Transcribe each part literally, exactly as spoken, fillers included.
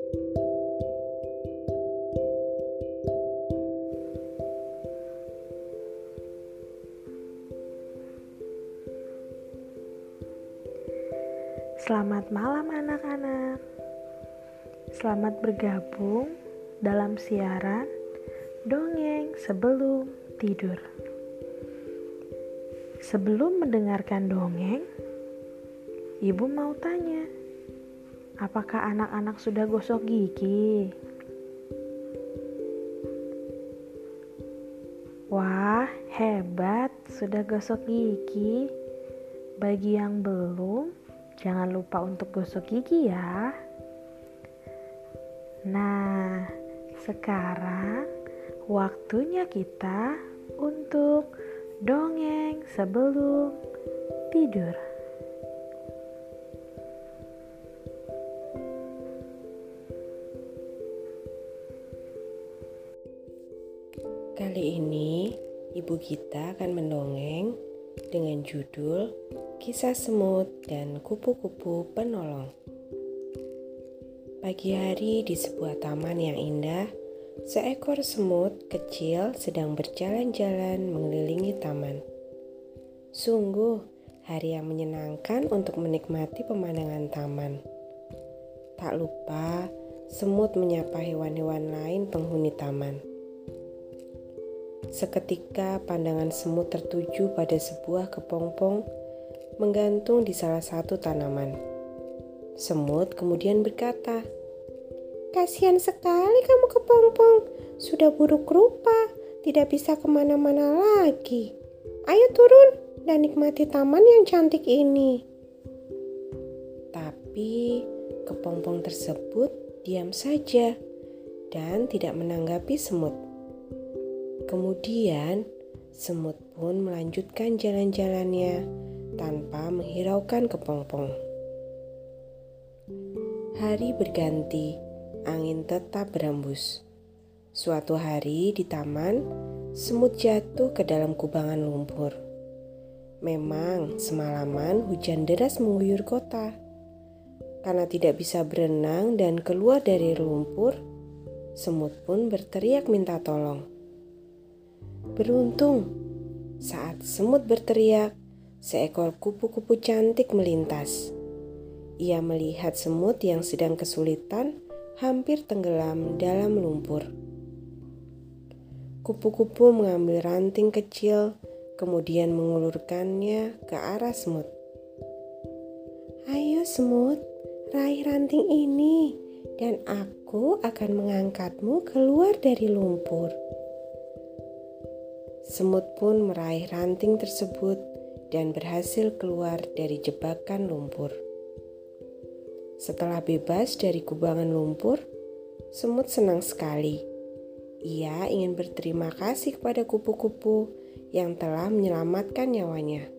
Selamat malam anak-anak. Selamat bergabung dalam siaran Dongeng Sebelum Tidur. Sebelum mendengarkan dongeng, Ibu mau tanya, apakah anak-anak sudah gosok gigi? Wah, hebat, sudah gosok gigi. Bagi yang belum, jangan lupa untuk gosok gigi ya. Nah, sekarang waktunya kita untuk dongeng sebelum tidur. Kali ini Ibu Gita akan mendongeng dengan judul Kisah Semut dan Kupu-Kupu Penolong. Pagi hari di sebuah taman yang indah, seekor semut kecil sedang berjalan-jalan mengelilingi taman. Sungguh hari yang menyenangkan untuk menikmati pemandangan taman. Tak lupa, semut menyapa hewan-hewan lain penghuni taman. Seketika pandangan semut tertuju pada sebuah kepompong menggantung di salah satu tanaman. Semut kemudian berkata, "Kasihan sekali kamu kepompong, sudah buruk rupa, tidak bisa kemana-mana lagi. Ayo turun dan nikmati taman yang cantik ini." Tapi kepompong tersebut diam saja dan tidak menanggapi semut. Kemudian, semut pun melanjutkan jalan-jalannya tanpa menghiraukan kepompong. Hari berganti, angin tetap berembus. Suatu hari di taman, semut jatuh ke dalam kubangan lumpur. Memang semalaman hujan deras mengguyur kota. Karena tidak bisa berenang dan keluar dari lumpur, semut pun berteriak minta tolong. Beruntung, saat semut berteriak, seekor kupu-kupu cantik melintas. Ia melihat semut yang sedang kesulitan, hampir tenggelam dalam lumpur. Kupu-kupu mengambil ranting kecil, kemudian mengulurkannya ke arah semut. "Ayo semut, raih ranting ini, dan aku akan mengangkatmu keluar dari lumpur." Semut pun meraih ranting tersebut dan berhasil keluar dari jebakan lumpur. Setelah bebas dari kubangan lumpur, semut senang sekali. Ia ingin berterima kasih kepada kupu-kupu yang telah menyelamatkan nyawanya.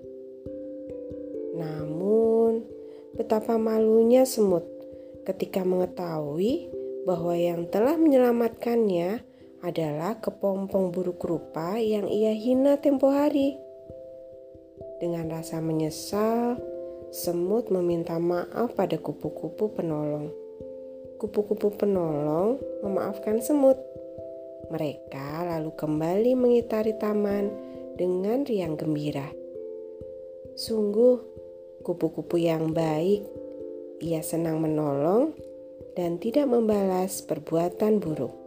Namun, betapa malunya semut ketika mengetahui bahwa yang telah menyelamatkannya adalah kepompong buruk rupa yang ia hina tempo hari. Dengan rasa menyesal, semut meminta maaf pada kupu-kupu penolong. Kupu-kupu penolong memaafkan semut. Mereka lalu kembali mengitari taman dengan riang gembira. Sungguh, kupu-kupu yang baik. Ia senang menolong dan tidak membalas perbuatan buruk.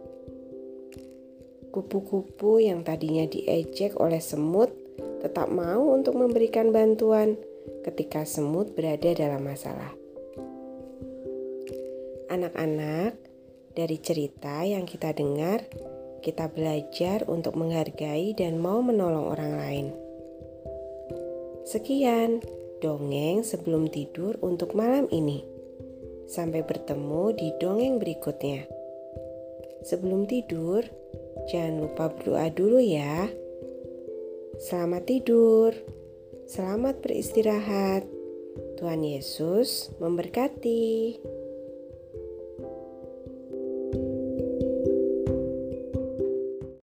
Kupu-kupu yang tadinya diejek oleh semut tetap mau untuk memberikan bantuan ketika semut berada dalam masalah. Anak-anak, dari cerita yang kita dengar, kita belajar untuk menghargai dan mau menolong orang lain. Sekian dongeng sebelum tidur untuk malam ini. Sampai bertemu di dongeng berikutnya. Sebelum tidur, jangan lupa berdoa dulu ya. Selamat tidur, selamat beristirahat. Tuhan Yesus memberkati.